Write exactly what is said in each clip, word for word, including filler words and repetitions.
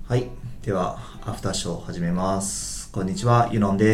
はい、ではアフターショー始めます。こんにちは、ユノンです。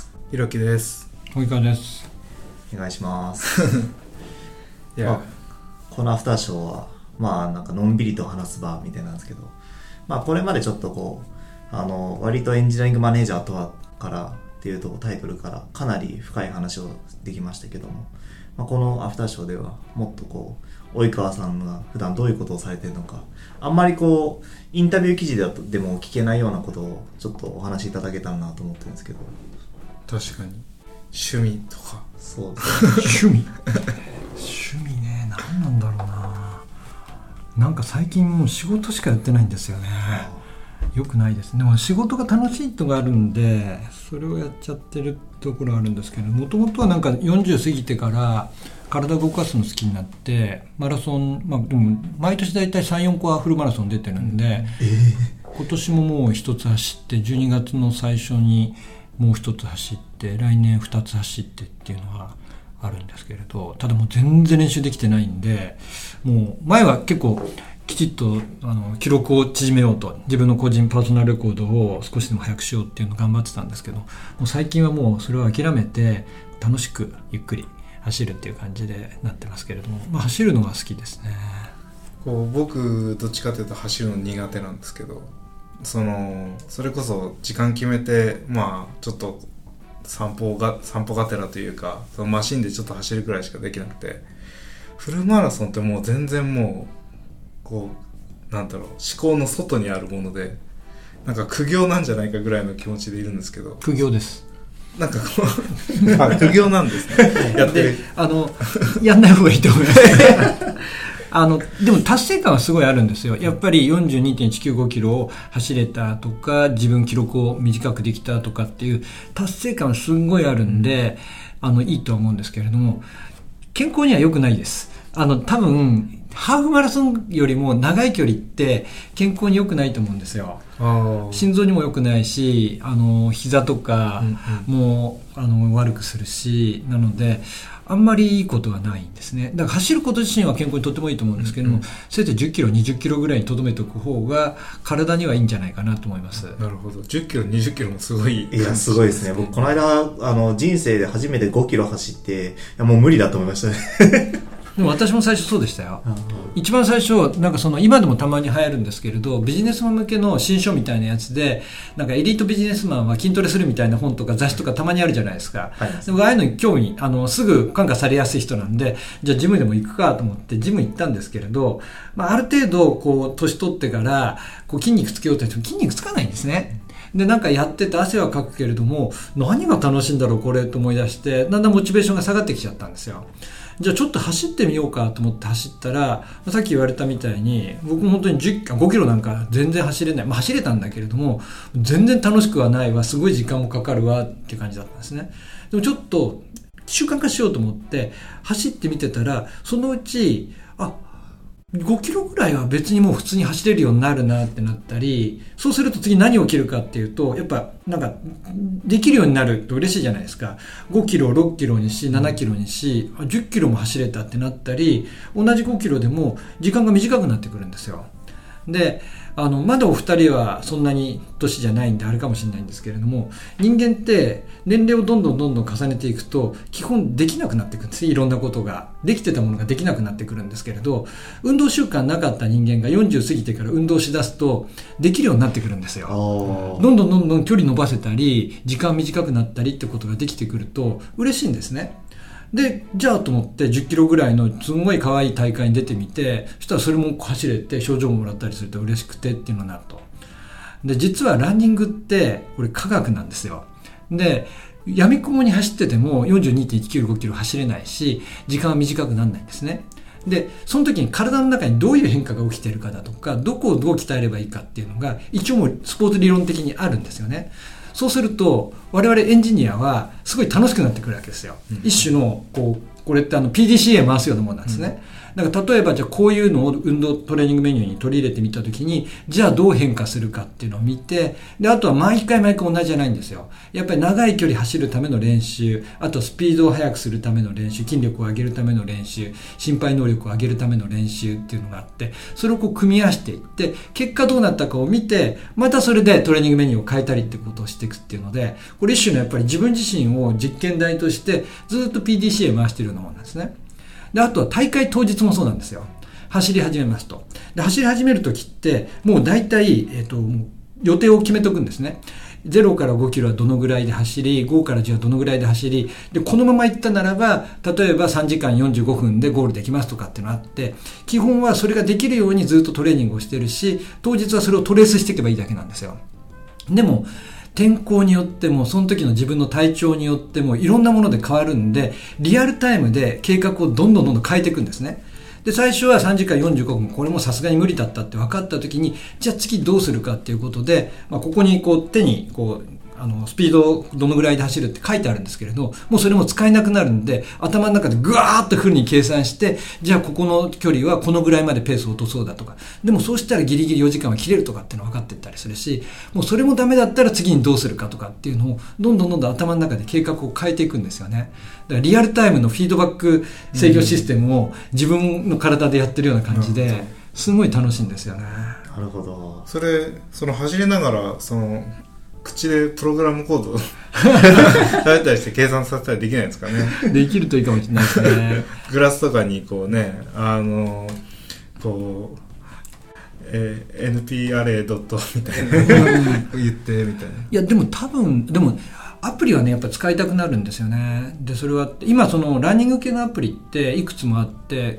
ひろきです。 及川です。 お願いしますいや、 このアフターショーはまあなんかのんびりと話す場みたいなんですけど、まあこれまでちょっとこうあの割とエンジニアリングマネージャーとはからっていうとタイトルからかなり深い話をできましたけども、まあ、このアフターショーではもっとこう及川さんが普段どういうことをされているのか、あんまりこうインタビュー記事だとでも聞けないようなことをちょっとお話しいただけたらなと思ってるんですけど。 確かに趣味とか。 そうですね趣味趣味ね、何なんだろうな。なんか最近もう仕事しかやってないんですよね。よくないですね。でも仕事が楽しいとがあるんでそれをやっちゃってるところあるんですけど、もともとはなんかよんじゅう過ぎてから体を動かすの好きになってマラソン、まあ、でも毎年だいたい さん,よん 個はフルマラソン出てるんで、 えー、 今年ももう一つ走ってじゅうにがつの最初にもう一つ走って来年ふたつ走ってっていうのはあるんですけれど、ただもう全然練習できてないんで、もう前は結構きちっとあの記録を縮めようと自分の個人パーソナルレコードを少しでも早くしようっていうのを頑張ってたんですけど、もう最近はもうそれを諦めて楽しくゆっくり走るっていう感じでなってますけれども、まあ、走るのが好きですね。 こう僕どっちかというと走るの苦手なんですけど、そのそれこそ時間決めてまあちょっと散歩が散歩がてらというか、そのマシンでちょっと走るくらいしかできなくて、フルマラソンってもう全然もうこうなんだろう、思考の外にあるもので、なんか苦行なんじゃないかぐらいの気持ちでいるんですけど。 苦行です。 なんかこうあ苦行なんですねやってるあのやんない方がいいと思いますあのでも達成感はすごいあるんですよ。やっぱり よんじゅうにてんいちきゅうご キロを走れたとか自分記録を短くできたとかっていう達成感はすごいあるんで、あのいいとは思うんですけれども、健康には良くないです。あの多分ハーフマラソンよりも長い距離って健康に良くないと思うんですよ。心臓にも良くないし、あの膝とかも、うんうん、あの悪くするし、なのであんまりいいことはないんですね。だから走ること自身は健康にとってもいいと思うんですけども、うんうん、せいぜいじゅっキロにじゅっキロぐらいにとどめておく方が体にはいいんじゃないかなと思います。 なるほど。じゅっキロにじゅっキロもすごい。 いやすごいですね。僕この間あの人生で初めてごキロ走って、いやもう無理だと思いましたねでも私も最初そうでしたよ。一番最初なんかその今でもたまに流行るんですけれど、ビジネスマン向けの新書みたいなやつで、なんかエリートビジネスマンは筋トレするみたいな本とか雑誌とかたまにあるじゃないですか、はい、でもああいうのに興味あのすぐ感化されやすい人なんで、じゃあジムでも行くかと思ってジム行ったんですけれど、まあ、ある程度こう年取ってからこう筋肉つけようとしても筋肉つかないんですね。でなんかやってて汗はかくけれども何が楽しいんだろうこれと思い出して、だんだんモチベーションが下がってきちゃったんですよ。じゃあちょっと走ってみようかと思って走ったら、さっき言われたみたいに僕も本当にじゅうごキロなんか全然走れない、まあ、走れたんだけれども全然楽しくはないわ、すごい時間もかかるわっていう感じだったんですね。でもちょっと習慣化しようと思って走ってみてたら、そのうちあごキロぐらいは別にもう普通に走れるようになるなってなったり、そうすると次何を切るかっていうと、やっぱなんかできるようになると嬉しいじゃないですか。ごキロろっキロにしななキロにしじゅっキロも走れたってなったり、同じごキロでも時間が短くなってくるんですよ。であのまだお二人はそんなに年じゃないんであれかもしれないんですけれども、人間って年齢をどんどんどんどん重ねていくと基本できなくなっていくんです。いろんなことができてたものができなくなってくるんですけれど、運動習慣なかった人間がよんじゅう過ぎてから運動しだすとできるようになってくるんですよ。どんどんどんどん距離伸ばせたり時間短くなったりってことができてくると嬉しいんですね。でじゃあと思ってじゅっキロぐらいのすごい可愛い大会に出てみて、そしたらそれも走れて賞状もらったりすると嬉しくてっていうのになると。で実はランニングってこれ科学なんですよ。でやみくもに走ってても よんじゅうにてんいちきゅうご キロ走れないし時間は短くならないんですね。でその時に体の中にどういう変化が起きているかだとか、どこをどう鍛えればいいかっていうのが一応もうスポーツ理論的にあるんですよね。そうすると我々エンジニアはすごい楽しくなってくるわけですよ、うん、一種のこうこれってあの ピーディーシーエー 回すようなものなんですね、うだから例えばじゃあこういうのを運動トレーニングメニューに取り入れてみたときに、じゃあどう変化するかっていうのを見て、であとは毎回毎回同じじゃないんですよ。やっぱり長い距離走るための練習、あとスピードを速くするための練習、筋力を上げるための練習、心肺能力を上げるための練習っていうのがあって、それをこう組み合わせていって結果どうなったかを見て、またそれでトレーニングメニューを変えたりってことをしていくっていうので、これ一種のやっぱり自分自身を実験台としてずっと ピーディーシー へ回しているようなものなんですね。であとは大会当日もそうなんですよ。走り始めますと。で走り始めるときってもう大体、えーと、予定を決めておくんですね。ゼロからごキロはどのぐらいで走り、ごからじゅうはどのぐらいで走り、でこのまま行ったならば例えばさんじかんよんじゅうごふんでゴールできますとかっていうのがあって、基本はそれができるようにずっとトレーニングをしてるし、当日はそれをトレースしていけばいいだけなんですよ。でも天候によってもその時の自分の体調によってもいろんなもので変わるんで、リアルタイムで計画をどんどんどんどん変えていくんですね。で最初はさんじかんよんじゅうごふん、これもさすがに無理だったって分かった時に、じゃあ次どうするかっていうことで、まあ、ここにこう手にこうあのスピードをどのぐらいで走るって書いてあるんですけれど、もうそれも使えなくなるんで頭の中でぐわーっとフルに計算して、じゃあここの距離はこのぐらいまでペースを落とそうだとか、でもそうしたらギリギリよじかんは切れるとかっていうの分かっていったりするし、もうそれもダメだったら次にどうするかとかっていうのをどんどんどんどん頭の中で計画を変えていくんですよね。だからリアルタイムのフィードバック制御システムを自分の体でやってるような感じで、すごい楽しいんですよね。 なるほど。 それその走りながらその口でプログラムコードを喋ったりして計算させたりできないですかね。 できるといいかもしれないですね。 グラスとかにこうね、あのこう、えー、エヌピー アレイドットみたいな言ってみたいな。 いやでも多分でもアプリはねやっぱ使いたくなるんですよね。でそれは今そのランニング系のアプリっていくつもあって、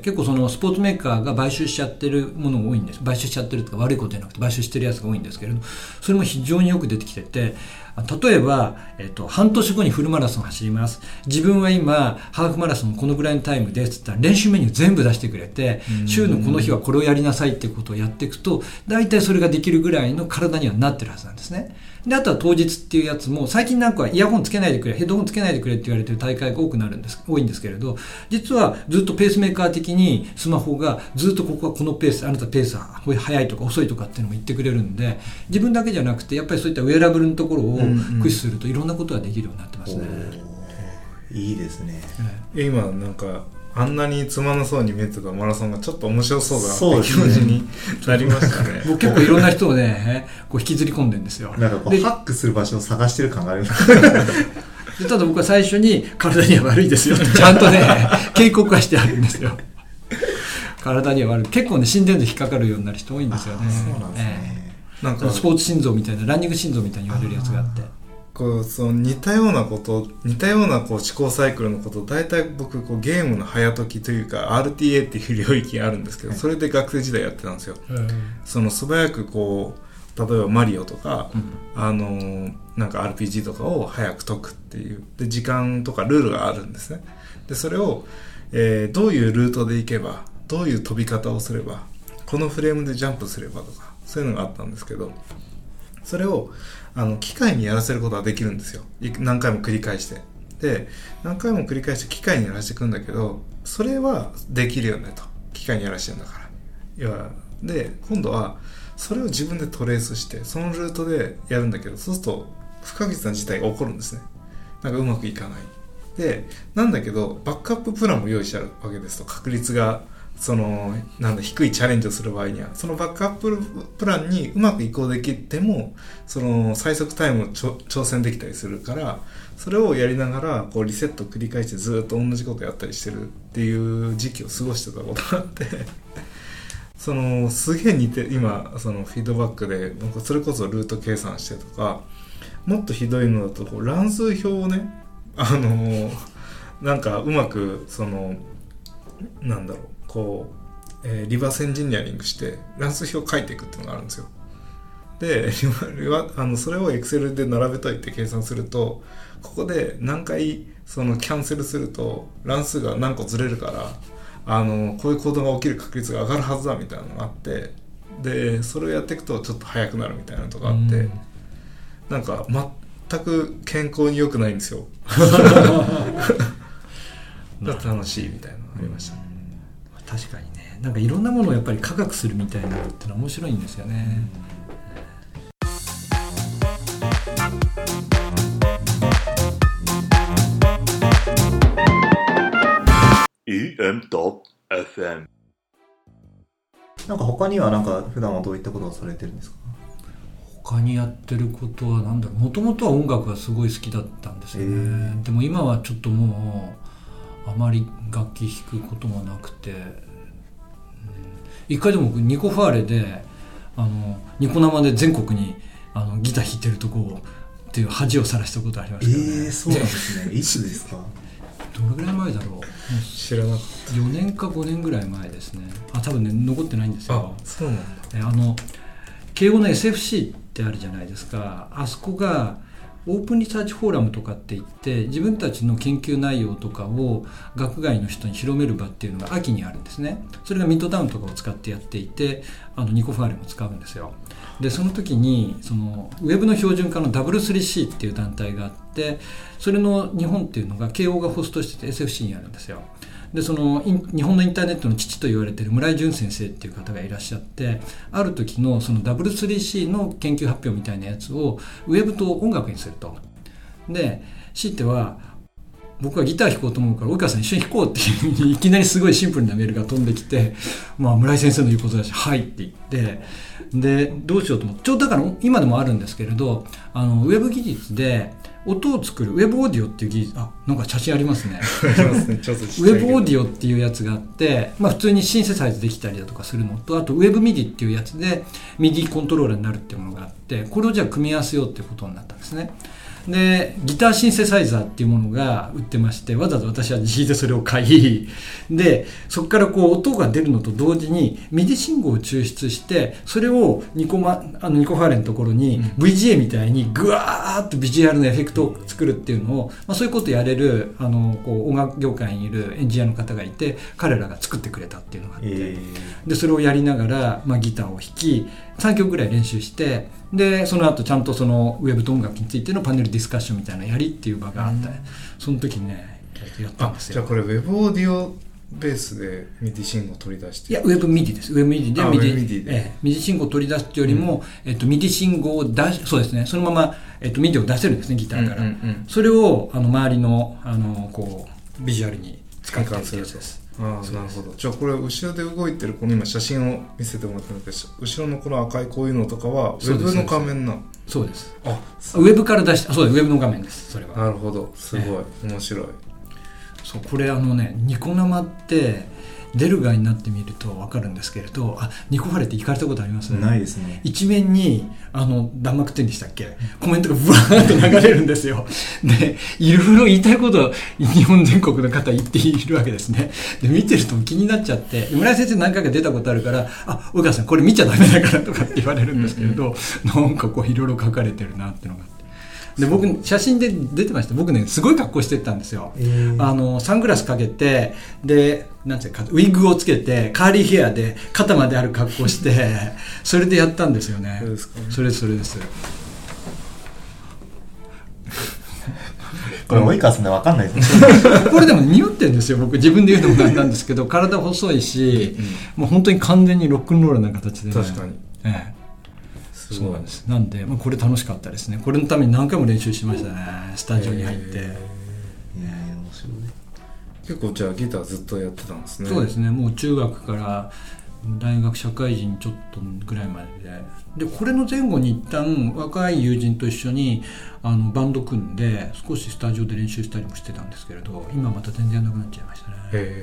結構そのスポーツメーカーが買収しちゃってるものが多いんです。買収しちゃってるとか悪いことじゃなくて買収してるやつが多いんですけれど、それも非常によく出てきてて、例えば、えっと、半年後にフルマラソン走ります。自分は今ハーフマラソンこのぐらいのタイムですって言ったら練習メニュー全部出してくれて、週のこの日はこれをやりなさいっていうことをやっていくと、大体それができるぐらいの体にはなってるはずなんですね。であとは当日っていうやつも最近なんかはイヤホンつけないでくれ、ヘッドホンつけないでくれって言われてる大会が多くなるんです多いんですけれど、実はずっとペースメーカー的にスマホがずっとここはこのペース、あなたペースは速いとか遅いとかっていうのも言ってくれるんで、自分だけじゃなくてやっぱりそういったウェアラブルのところを駆使するといろんなことができるようになってますね。 いいですね。 今なんかあんなにつまんなそうに見えてたマラソンがちょっと面白そうだそうですねなって気持ちになりましたね。 僕結構いろんな人をねこう引きずり込んでるんですよ。 なんかこうハックする場所を探してる感がある。 でただ僕は最初に体には悪いですよってちゃんとね警告はしてあるんですよ。体には悪い。結構ね心電図引っかかるようになる人多いんですよね。 そうなんですね、 えー、なんかスポーツ心臓みたいなランニング心臓みたいに言われるやつがあって、 こうその似たようなこと似たようなこう思考サイクルのことを大体僕こうゲームの早解きというか アールティーエー っていう領域があるんですけど、それで学生時代やってたんですよ、うん、その素早くこう例えばマリオとか、うん、あのなんか アールピージー とかを早く解くっていうで時間とかルールがあるんですね。でそれを、えー、どういうルートで行けばどういう飛び方をすればこのフレームでジャンプすればとかそういうのがあったんですけど、それをあの機械にやらせることはできるんですよ。何回も繰り返してで何回も繰り返して機械にやらせていくんだけど、それはできるよねと、機械にやらせてるんだから。いやで今度はそれを自分でトレースしてそのルートでやるんだけど、そうすると不確実な事態が起こるんですね。なんかうまくいかないで、なんだけどバックアッププランも用意してあるわけですと、確率がそのなんだ低いチャレンジをする場合にはそのバックアッププランにうまく移行できてもその最速タイムを挑戦できたりするから、それをやりながらこうリセットを繰り返してずっと同じことやったりしてるっていう時期を過ごしてたことがあってそのすげえ似て今そのフィードバックでなんかそれこそルート計算してとか、もっとひどいのだとこう乱数表をねあのなんかうまくそのなんだろうこう、えー、リバースエンジニアリングして乱数表を書いていくっていうのがあるんですよ。であのそれを Excel で並べといて計算すると、ここで何回そのキャンセルすると乱数が何個ずれるからあのこういう行動が起きる確率が上がるはずだみたいなのがあって、でそれをやっていくとちょっと速くなるみたいなのとかあって、なんか全く健康に良くないんですよ楽しいみたいなのがありましたね。 確かにね、なんかいろんなものをやっぱり科学するみたいなのってのは面白いんですよね、 うん、イーエムドットエフエム なんか他にはなんか普段はどういったことをされてるんですか？ 他にやってることはなんだろう、もともとは音楽がすごい好きだったんですよね。でも今はちょっともうあまり楽器弾くこともなくて、うん、一回でもニコファーレであのニコ生で全国にあのギター弾いてるとこっていう恥をさらしたことありましたけどね。 えー、そうなんですね。いつですか？ どれぐらい前だろう。 知らなかった。 よねんかごねんぐらい前ですね。あ、多分ね残ってないんですよ。 あ、そうなんだ。 えあの慶応の エスエフシー ってあるじゃないですか。あそこがオープンリサーチフォーラムとかって言って自分たちの研究内容とかを学外の人に広める場っていうのが秋にあるんですね。それがミッドタウンとかを使ってやっていて、あのニコファーレも使うんですよ。でその時にそのウェブの標準化の ダブリュースリーシー っていう団体があって、それの日本っていうのが慶応がホストしてて エスエフシー にあるんですよ。でその日本のインターネットの父と言われている村井淳先生っていう方がいらっしゃって、ある時のその ダブリュースリーシー の研究発表みたいなやつをウェブと音楽にすると。で強いては僕はギター弾こうと思うから及川さん一緒に弾こうっていうふうにいきなりすごいシンプルなメールが飛んできて、まあ、村井先生の言うことだしはいって言って、でどうしようと思って、ちょうどだから今でもあるんですけれど、あのウェブ技術で音を作るウェブオーディオっていう技術、あ、なんか写真ありますねウェブオーディオっていうやつがあって、まあ、普通にシンセサイズできたりだとかするのと、あとウェブミディっていうやつでミディコントローラーになるっていうものがあって、これをじゃあ組み合わせようっていうことになったんですね。でギターシンセサイザーっていうものが売ってまして、わざわざ私は自費でそれを買い、でそこからこう音が出るのと同時にミディ信号を抽出して、それをニコマあのニコファーレのところに ブイジーエー みたいにグワーッとビジュアルのエフェクトを作るっていうのを、まあ、そういうことをやれるあのこう音楽業界にいるエンジニアの方がいて、彼らが作ってくれたっていうのがあって、えー、でそれをやりながら、まあ、ギターを弾きさんきょくぐらい練習して、でその後ちゃんとそのウェブと音楽についてのパネルディスカッションみたいなやりっていう場があった、うん、その時にねやったんですよ。 じゃあこれウェブオーディオベースでミディ信号を取り出して、 いやウェブミディです。ウェブミディでミディ、ミディで、ええ、ミディ信号を取り出すっていうよりも、うん、えっと、ミディ信号を出し、そうですね、そのまま、えっと、ミディを出せるんですね、ギターから、うんうんうん、それをあの周りの、あのこうビジュアルに使っているってやつです。 ああ、なるほど。じゃあこれ後ろで動いてるこの今写真を見せてもらってるんですけど、後ろのこの赤いこういうのとかはウェブの画面なの？ そうです。あ、ウェブから出した、そうです、ウェブの画面です。それは。 なるほど、すごい、えー、面白い。 そう、これあのね、ニコ生って出る側になってみると分かるんですけれど、あ、ニコファレって行かれたことあります？ ないですね。 一面にあの弾幕ってんでしたっけ、コメントがブワーッと流れるんですよ。でいろいろ言いたいことを日本全国の方言っているわけですね。で見てると気になっちゃって、村井先生何回か出たことあるから、あ、及川さんこれ見ちゃダメだからとかって言われるんですけれど、うんうん、なんかこういろいろ書かれてるなっていうのがあって、で僕写真で出てました。僕ねすごい格好してったんですよ。あのサングラスかけて、でなんていうかウィッグをつけてカーリーヘアで肩まである格好してそれでやったんですよね。そうですかね。それそれです。 これ及川さんで分かんないですね。 これでも似合ってるんですよ。僕自分で言うのもなんなんですけど、体細いし、うん、もう本当に完全にロックンロールな形で、ね、 確かに、 ええ、そうなんです。なんで、まあ、これ楽しかったですね。これのために何回も練習しましたね、スタジオに入って。いや、面白い。結構じゃあギターずっとやってたんですね。 そうですね。もう中学から大学社会人ちょっとぐらいまでで、でこれの前後に一旦若い友人と一緒にあのバンド組んで少しスタジオで練習したりもしてたんですけれど、今また全然やらなくなっちゃいましたね。へ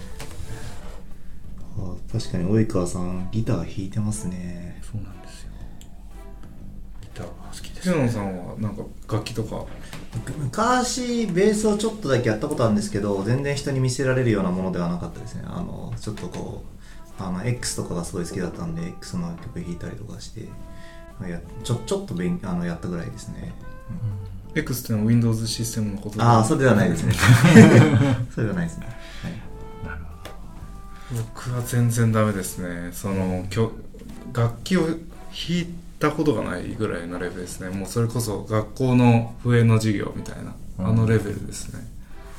ー、あ、確かに及川さんギター弾いてますね。 そうなんですよ。ギターが好きです、 ね。平野さんはなんか楽器とか？ 昔ベースをちょっとだけやったことあるんですけど、全然人に見せられるようなものではなかったですね。あのちょっとこうあの X とかがすごい好きだったんで X の曲弾いたりとかして、やちょちょっと勉あのやったぐらいですね。 うん、X ってのは Windows システムのことで？ ああ、それではないですね。それではないですね。はい、なるほど。僕は全然ダメですね。その楽器を弾いたことがないぐらいのレベルですね。もうそれこそ学校の笛の授業みたいな、うん、あのレベルですね。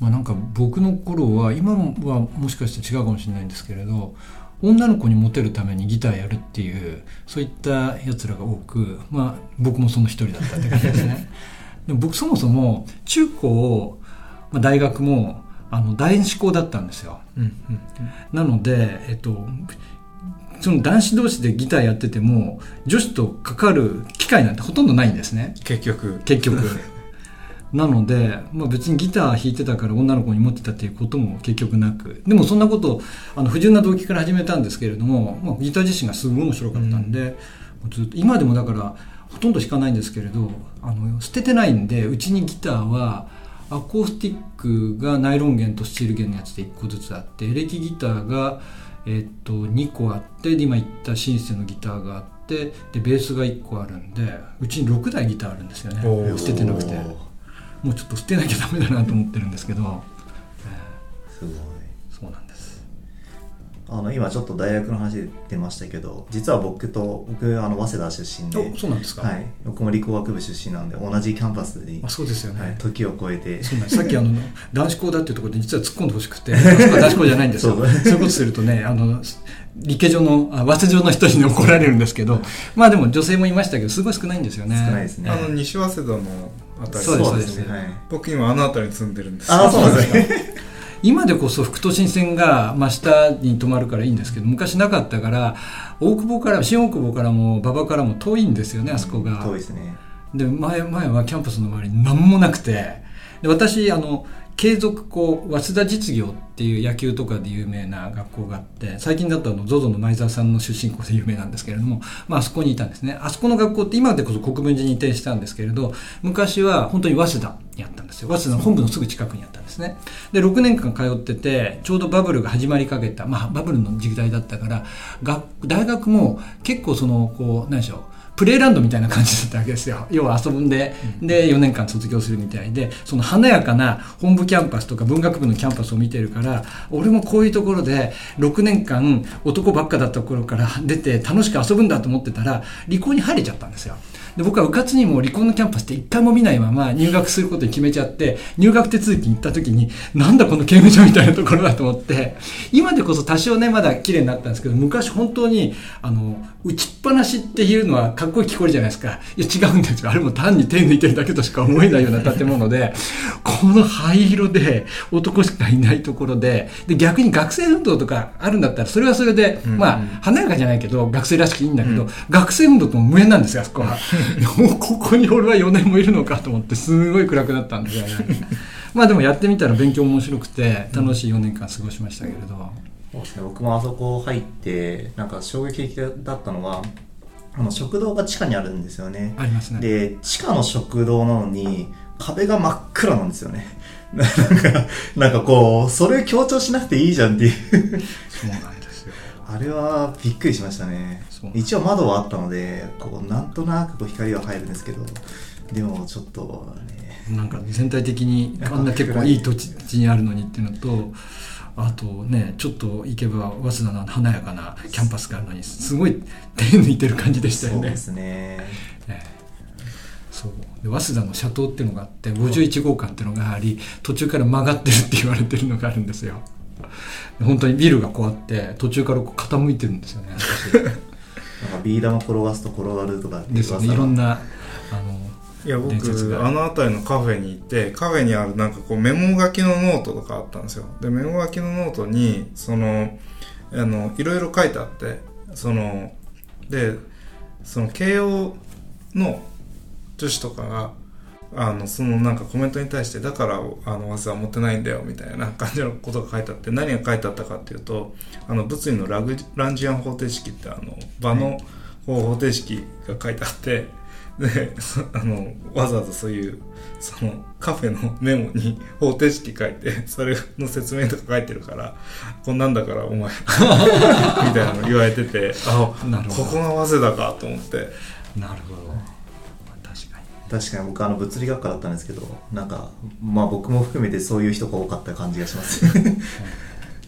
まあ、なんか僕の頃は今はもしかして違うかもしれないんですけれど、女の子にモテるためにギターやるっていうそういったやつらが多く、まあ、僕もその一人だったって感じですねでも僕そもそも中高、まあ、大学もあの男子校だったんですよ、うんうんうん、なので、えっと、その男子同士でギターやってても女子と関わる機会なんてほとんどないんですね、 結局結局なので、まあ、別にギター弾いてたから女の子に持ってたっていうことも結局なく、でもそんなことあの不純な動機から始めたんですけれども、まあ、ギター自身がすごい面白かったんで、うん、ずっと今でもだからほとんど弾かないんですけれど、あの捨ててないんで、うちにギターはアコースティックがナイロン弦とスチール弦のやつでいっこずつあって、エレキギターが、えー、っとにこあって、で今言ったシンセのギターがあって、でベースがいっこあるんで、うちにろくだいギターあるんですよね。捨ててなくてもうちょっと捨てなきゃダメだなと思ってるんですけど、えー、すごい。 そうなんです。 あの今ちょっと大学の話出ましたけど、実は僕と僕あの早稲田出身で、 そうなんですか。 はい、僕も理工学部出身なんで同じキャンパスに、 あ、そうですよね、 はい、時を超えて、 そうなんです。さっきあの男子校だっていうところで実は突っ込んでほしくて、あそこは男子校じゃないんですよそう, そういうことするとね、あの理系上のあ早稲上の人に怒られるんですけど、まあでも女性もいましたけどすごい少ないんですよね。 少ないですね。 あの西早稲田のあたり、 そうですそうです、 はい、僕今あのあたりに住んでるんです。 あ、そうなんですね今でこそ副都心線が真下に止まるからいいんですけど、昔なかったから、大久保から新大久保からも馬場からも遠いんですよね、あそこが。 遠いですね。 で 前, 前はキャンパスの周りに何もなくて、で私あの継続校早稲田実業っていう野球とかで有名な学校があって、最近だとあの ゾゾ の前澤さんの出身校で有名なんですけれども、まあ、あそこにいたんですね。あそこの学校って今でこそ国分寺に移転したんですけれど、昔は本当に早稲田にあったんですよ。早稲田の本部のすぐ近くにあったんですね。でろくねんかん通ってて、ちょうどバブルが始まりかけた、まあ、バブルの時代だったから、学大学も結構そのこう何でしょう、プレイランドみたいな感じだったわけですよ。要は遊ぶんで、でよねんかん卒業するみたいで、その華やかな本部キャンパスとか文学部のキャンパスを見てるから、俺もこういうところでろくねんかん男ばっかだった頃から出て楽しく遊ぶんだと思ってたら、理工に入れちゃったんですよ。で僕はうかつにも理工のキャンパスって一回も見ないまま入学することに決めちゃって、入学手続きに行った時になんだこの刑務所みたいなところだと思って、今でこそ多少ねまだ綺麗になったんですけど、昔本当にあの打ちっぱなしっていうのはかっこいい聞こえるじゃないですか。いや違うんですよ、あれも単に手抜いてるだけとしか思えないような建物でこの灰色で男しかいないところで、で逆に学生運動とかあるんだったらそれはそれで、うんうん、まあ華やかじゃないけど学生らしくいいんだけど、うん、学生運動とも無縁なんですよあそこはもうここに俺はよねんもいるのかと思ってすごい暗くなったんですよねまあでもやってみたら勉強も面白くて楽しいよねんかん過ごしましたけれど、 そうですね、僕もあそこ入ってなんか衝撃的だったのは、あの食堂が地下にあるんですよね。 ありますね。 で地下の食堂なのに壁が真っ暗なんですよねなんかなんかこうそれ強調しなくていいじゃんっていうそうなんですよあれはびっくりしましたね。一応窓はあったのでこうなんとなくこう光は入るんですけど、でもちょっとね、 なんか全体的にあんな結構いい土地にあるのにっていうのと、あとねちょっと行けば早稲田の華やかなキャンパスがあるのにすごい手抜いてる感じでしたよね。 そうですね、 ええ、そうで早稲田の斜塔っていうのがあって、ごじゅういちごうかんっていうのがあり、途中から曲がってるって言われてるのがあるんですよ。本当にビルがこうあって途中からこう傾いてるんですよねなんかビー玉転がすと転がるとかってですよね、いろんなあのいや僕あの辺りのカフェに行って、カフェにあるなんかこうメモ書きのノートとかあったんですよ。でメモ書きのノートにそのあのいろいろ書いてあって、そのでその慶応の女子とかがあのそのなんかコメントに対して、だからあの早稲田は持ってないんだよみたいな感じのことが書いてあって、何が書いてあったかっていうと、あの物理のラグランジアン方程式ってあの場の方程式が書いてあって、であのわざわざそういうそのカフェのメモに方程式書いて、それの説明とか書いてるから、こんなんだからお前みたいなの言われてて、あ、ここが早稲田かと思って。 なるほど、確かに確かに僕あの物理学科だったんですけど、なんかまあ僕も含めてそういう人が多かった感じがします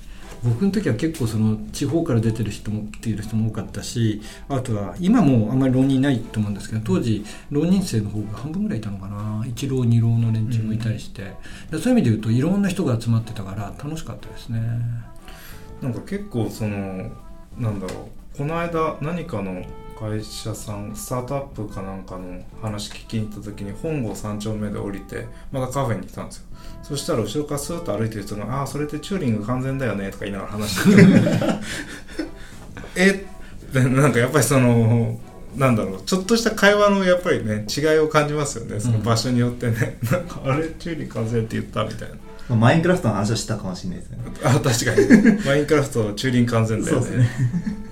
僕の時は結構その地方から出てる人もっていう人も多かったし、あとは今もあんまり浪人ないと思うんですけど、当時浪人生の方が半分ぐらいいたのかな、一浪二浪の連中もいたりして、うん、そういう意味で言うといろんな人が集まってたから楽しかったですね。 なんか結構そのなんだろう、この間何かの会社さんスタートアップかなんかの話聞きに行った時に本郷三丁目で降りてまたカフェに来たんですよ。そしたら後ろからスーッと歩いてる人が、ああそれってチューリング完全だよねとか言いながら話しててえってなんかやっぱりそのなんだろう、ちょっとした会話のやっぱりね違いを感じますよね、その場所によってね、うん、なんかあれチューリング完全って言ったみたいな。 マインクラフトの話をしたかもしれないですね。 あ、確かにマインクラフトチューリング完全だよね。そうですね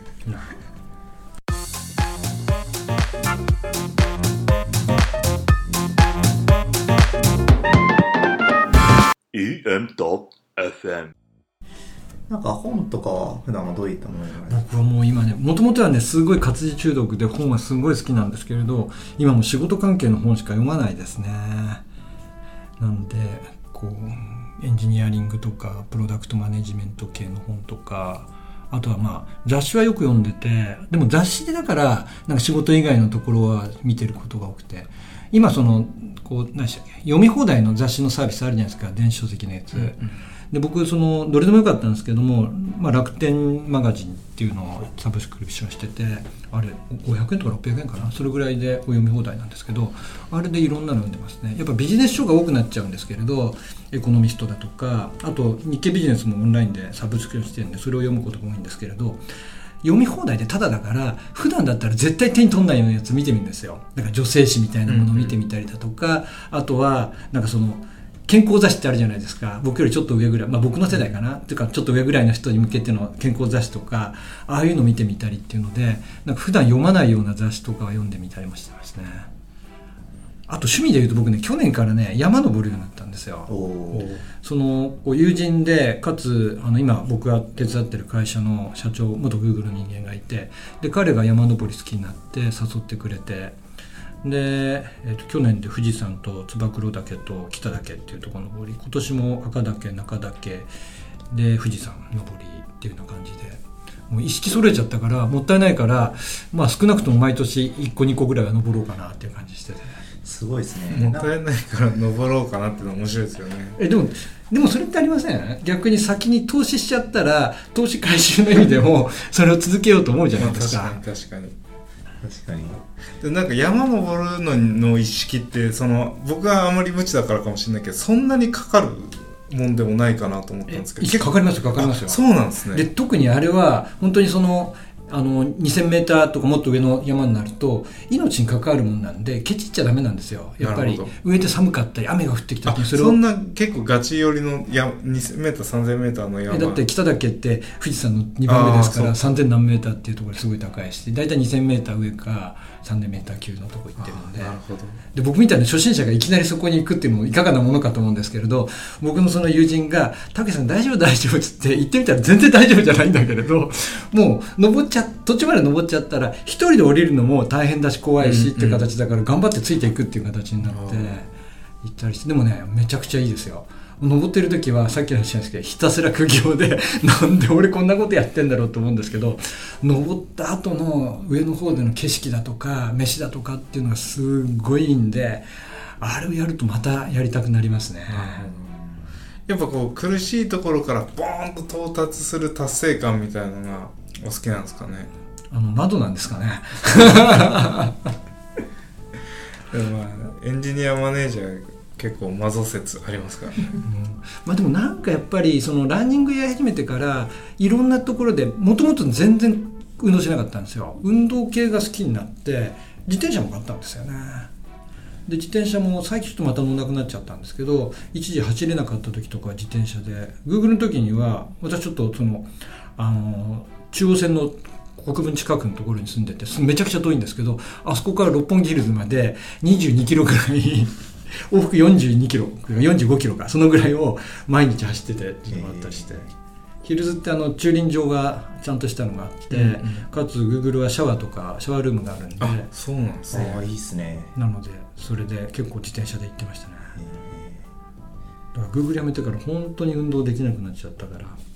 イーエムドットエフエム なんか本とかは普段はどういったものを読まれますか？ 僕はもう今ね、もともとはねすごい活字中毒で本はすごい好きなんですけれど、今も仕事関係の本しか読まないですね。なのでこうエンジニアリングとかプロダクトマネジメント系の本とか、あとはまあ雑誌はよく読んでて、でも雑誌でだからなんか仕事以外のところは見てることが多くて、今そのこう何でしたっけ、読み放題の雑誌のサービスあるじゃないですか、電子書籍のやつ、うんうん、で僕そのどれでもよかったんですけども、まあ、楽天マガジンっていうのをサブスクリプションしてて、あれごひゃくえんとかろっぴゃくえんかな、それぐらいで読み放題なんですけど、あれでいろんなの読んでますね。やっぱビジネス書が多くなっちゃうんですけれど、エコノミストだとか、あと日経ビジネスもオンラインでサブスクリプションしてるんでそれを読むことが多いんですけれど、読み放題でタダだから普段だったら絶対手に取んないようなやつ見てみるんですよ。だから女性誌みたいなものを見てみたりだとか、うんうん、あとはなんかその健康雑誌ってあるじゃないですか、僕よりちょっと上ぐらい、まあ僕の世代かなっていうかちょっと上ぐらいの人に向けての健康雑誌とか、ああいうの見てみたりっていうので、なんか普段読まないような雑誌とかは読んでみたりもしてますね。あと趣味でいうと僕ね、去年からね山登るようになったんですよ。その友人でかつあの今僕が手伝ってる会社の社長、元 Google の人間がいて、で彼が山登り好きになって誘ってくれて、で、えー、と去年で富士山と燕岳と北岳っていうところ登り、今年も赤岳中岳で富士山登りっていうような感じで、もう意識揃えちゃったからもったいないから、まあ、少なくとも毎年いっこにこぐらいは登ろうかなっていう感じしてて、 すごいですね。 もったいないから登ろうかなっていうのは面白いですよね。 えでもでもそれってありません？逆に先に投資しちゃったら投資回収の意味でもそれを続けようと思うじゃないですか。 確かに確かに確かに。 でなんか山登るのの意識ってその僕はあまり無知だからかもしれないけど、そんなにかかるもんでもないかなと思ったんですけど。 かかりますよかかりますよ。 そうなんですね。 で特にあれは本当にそのあのにせんメーターとかもっと上の山になると命に関わるもんなんでケチっちゃダメなんですよ。やっぱり上で寒かったり雨が降ってきた時にそれを、 そんな結構ガチ寄りのやにせんメーターさんぜんメーターの山だって北岳って富士山のにばんめですからさんぜん何メーターっていうところですごい高いし、だいたいにせんメーター上かさんぜんメーター級のとこ行ってるんで、 なるほど。 で僕みたいな初心者がいきなりそこに行くっていうのもいかがなものかと思うんですけれど、僕のその友人がたけさん大丈夫大丈夫って言ってみたら全然大丈夫じゃないんだけれど、もう登っちゃ途中まで登っちゃったら一人で降りるのも大変だし怖いしっていう形だから頑張ってついていくっていう形になって行ったりして、でもねめちゃくちゃいいですよ。登ってる時はさっきの話なんですけどひたすら苦行でなんで俺こんなことやってんだろうと思うんですけど、登った後の上の方での景色だとか飯だとかっていうのがすごいいいんで、あれをやるとまたやりたくなりますね。 やっぱこう苦しいところからボーンと到達する達成感みたいなのがお好きなんですかね。 あの窓なんですかねでもまあエンジニアマネージャー結構マゾ説ありますからね、うん、 まあでもなんかやっぱりそのランニングやり始めてからいろんなところでもともと全然運動しなかったんですよ。運動系が好きになって自転車も買ったんですよね。で自転車も最近ちょっとまた乗らなくなっちゃったんですけど、一時走れなかった時とか自転車で Google の時には私ちょっとそのあの中央線の国分近くのところに住んでてめちゃくちゃ遠いんですけど、あそこから六本木ヒルズまでにじゅうにキロぐらい往復よんじゅうにキロよんじゅうごキロかそのぐらいを毎日走っててっていうのがあったりして、ヒルズってあの駐輪場がちゃんとしたのがあって、うんうん、かつ Google はシャワーとかシャワールームがあるんで、 あ、そうなんですね。 あ、いいっすね。 なのでそれで結構自転車で行ってましたね。だから Google やめてから本当に運動できなくなっちゃったから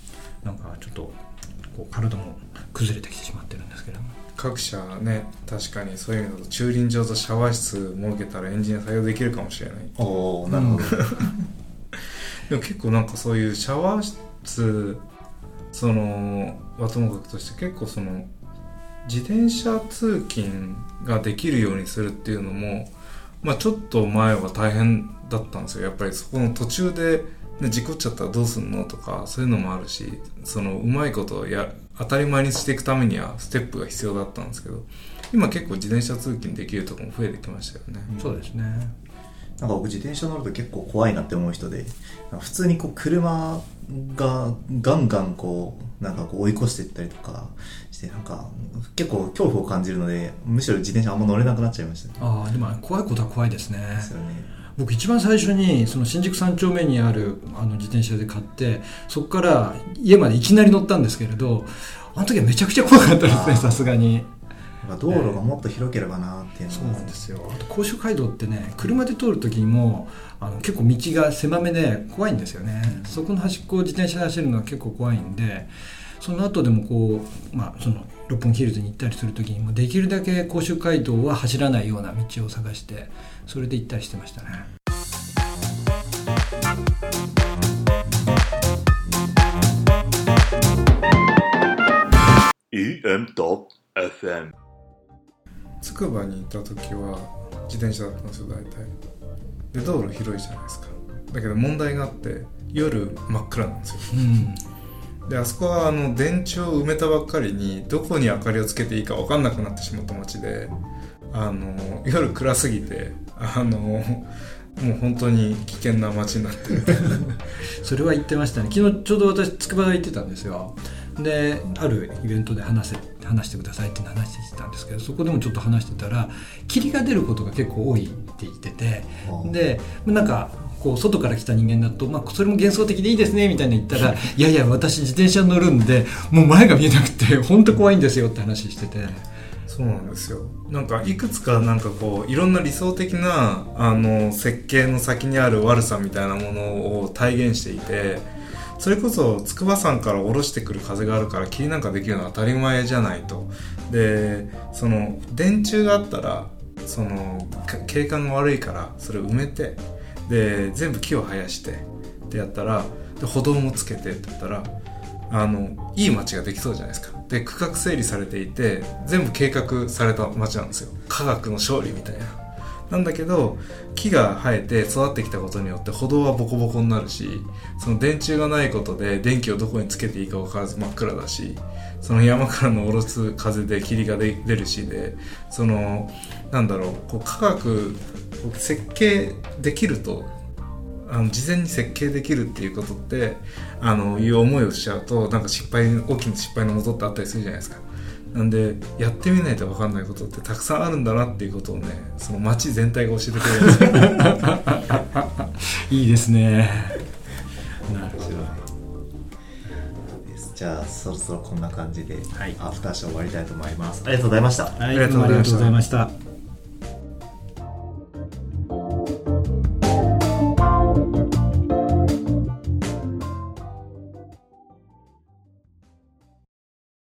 なんかちょっとこう体も崩れてきてしまってるんですけども、 各社ね、確かにそういう意味だと駐輪場とシャワー室設けたらエンジン採用できるかもしれない。 おお、なるほど、うん、 でも結構なんかそういうシャワー室そのはともかくとして結構その自転車通勤ができるようにするっていうのも、まあ、ちょっと前は大変だったんですよ。やっぱりそこの途中で、ね、事故っちゃったらどうすんのとかそういうのもあるし、そのうまいことをや当たり前にしていくためにはステップが必要だったんですけど、今結構自転車通勤できるところも増えてきましたよね、 うん、そうですね。 なんか僕自転車乗ると結構怖いなって思う人で、普通にこう車がガンガンこうなんかこう追い越していったりとかして、なんか結構恐怖を感じるので、むしろ自転車あんま乗れなくなっちゃいましたね。 ああ、でも怖いことは怖いですね。 ですよね。 僕一番最初にその新宿三丁目にあるあの自転車で買って、そこから家までいきなり乗ったんですけれど、あの時はめちゃくちゃ怖かったですね、さすがに。 道路がもっと広ければなっていうのは、 そうなんですよ。あと甲州街道ってね、車で通る時にもあの結構道が狭めで怖いんですよね、うん、そこの端っこを自転車で走るのは結構怖いんで、その後でもこう、まあ、その六本木ヒルズに行ったりする時にもできるだけ甲州街道は走らないような道を探して、それで行ったりしてましたね。 イーエム と エフエム。 つくばに行った時は自転車だったんですよ、大体で。道路広いじゃないですか。だけど問題があって、夜真っ暗なんですよ、うん、であそこはあの電柱を埋めたばっかりにどこに明かりをつけていいか分かんなくなってしまった街で、あの夜暗すぎてあのもう本当に危険な街になってるそれは言ってましたね。昨日ちょうど私筑波大行ってたんですよ。であるイベントで話せ話してくださいって話してたんですけど、そこでもちょっと話してたら霧が出ることが結構多いって言ってて、でなんかこう外から来た人間だと、まあ、それも幻想的でいいですねみたいな言ったらいやいや私自転車乗るんでもう前が見えなくて本当怖いんですよって話してて。 そうなんですよ。なんかいくつかなんかこういろんな理想的なあの設計の先にある悪さみたいなものを体現していて、それこそ筑波山から下ろしてくる風があるから霧なんかできるのは当たり前じゃないと。でその電柱があったらその景観が悪いからそれを埋めて、で全部木を生やしてってやったら、で歩道もつけてってやったらあのいい街ができそうじゃないですか。で区画整理されていて全部計画された街なんですよ。科学の勝利みたいな。なんだけど木が生えて育ってきたことによって歩道はボコボコになるし、その電柱がないことで電気をどこにつけていいか分からず真っ暗だし、その山からの下ろす風で霧が出るしで、そのなんだろう、こう科学設計できると、あの事前に設計できるっていうことってあのいう思いをしちゃうと、なんか失敗大きな失敗のもとってあったりするじゃないですか。なんでやってみないと分かんないことってたくさんあるんだなっていうことをね、その街全体が教えてくれるんですよいいですね。 なるほど。じゃあそろそろこんな感じで、はい、アフターショー終わりたいと思います。ありがとうございました。 はい、ありがとうございました。